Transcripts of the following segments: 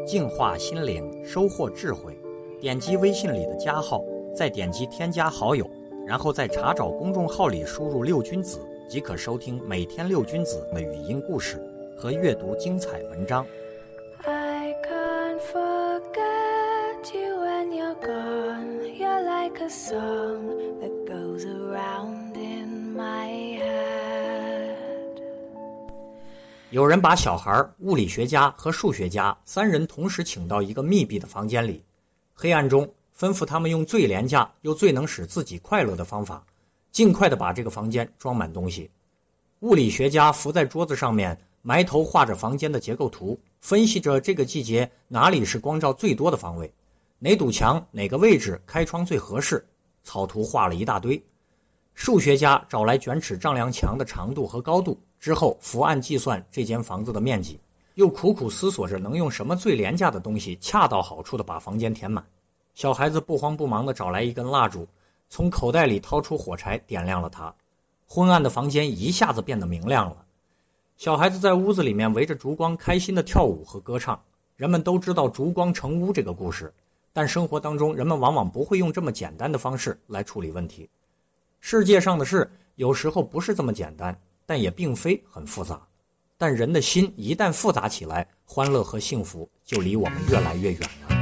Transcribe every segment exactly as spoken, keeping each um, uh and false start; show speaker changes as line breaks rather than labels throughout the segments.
净化心灵，收获智慧。点击微信里的加号，再点击添加好友，然后在查找公众号里输入六君子，即可收听每天六君子的语音故事和阅读精彩文章。
I can't forget you when you're gone. You're like a song that goes around in my head.
有人把小孩、物理学家和数学家三人同时请到一个密闭的房间里，黑暗中吩咐他们用最廉价又最能使自己快乐的方法，尽快地把这个房间装满东西。物理学家伏在桌子上面，埋头画着房间的结构图，分析着这个季节哪里是光照最多的方位，哪堵墙哪个位置开窗最合适，草图画了一大堆。数学家找来卷尺丈量墙的长度和高度，之后伏案计算这间房子的面积，又苦苦思索着能用什么最廉价的东西恰到好处地把房间填满。小孩子不慌不忙地找来一根蜡烛，从口袋里掏出火柴点亮了它，昏暗的房间一下子变得明亮了。小孩子在屋子里面围着烛光开心地跳舞和歌唱。人们都知道烛光成屋这个故事，但生活当中人们往往不会用这么简单的方式来处理问题。世界上的事有时候不是这么简单，但也并非很复杂。但人的心一旦复杂起来，欢乐和幸福就离我们越来越远了。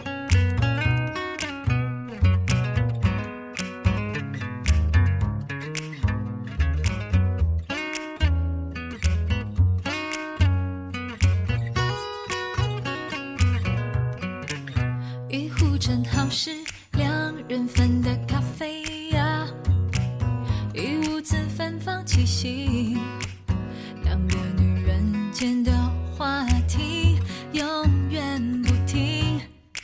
一壶正好是两人份的咖啡呀，一屋子芬芳气息，两个女人间的话题永远不停。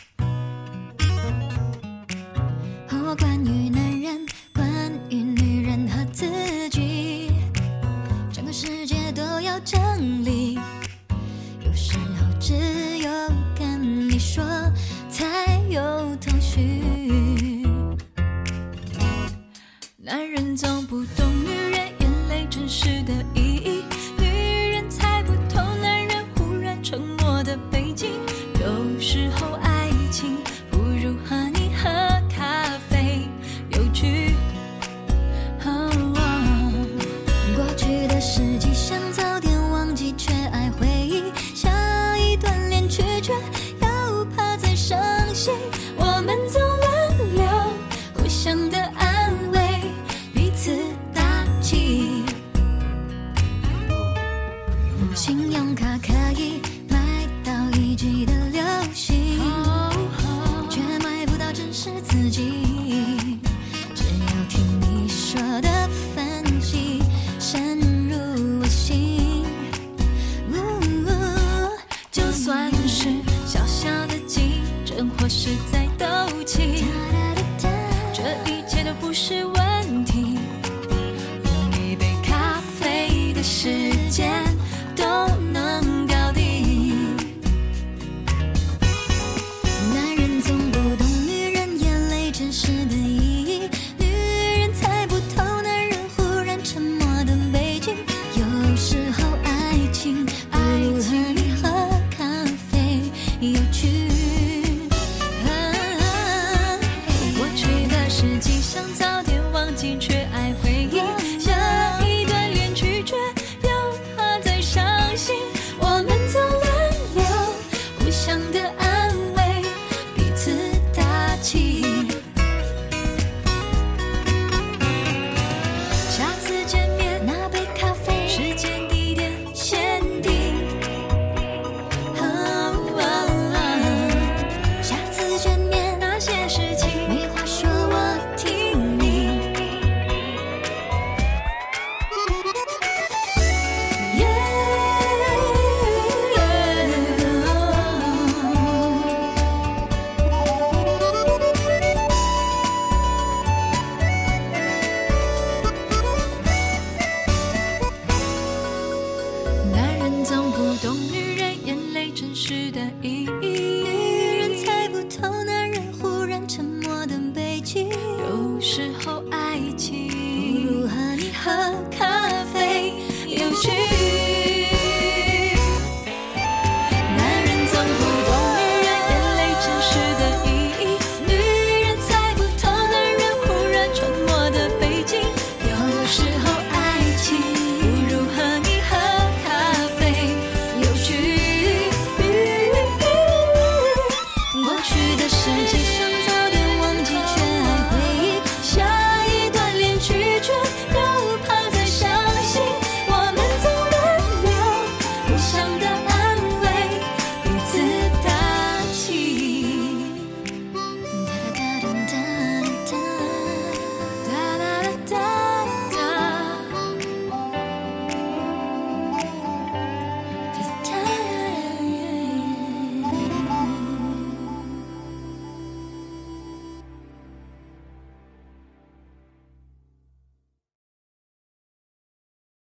和关于男人，关于女人和自己，整个世界都要整理，有时候只有跟你说才有头绪。男人总不懂女人眼泪真实的意义，女人才不懂男人忽然沉默的背景。有时候爱情不如和你喝咖啡有趣。哦哦、过去的事迹想早点忘记，却爱回忆，下一段恋曲却又怕再伤心。我们总轮流互相的安慰，彼此打气。信用卡可以买到一季的流行，却买不到真实自己。只要听你说的分析深入我心，就算是小小的竞争或是在斗气，这一切都不是我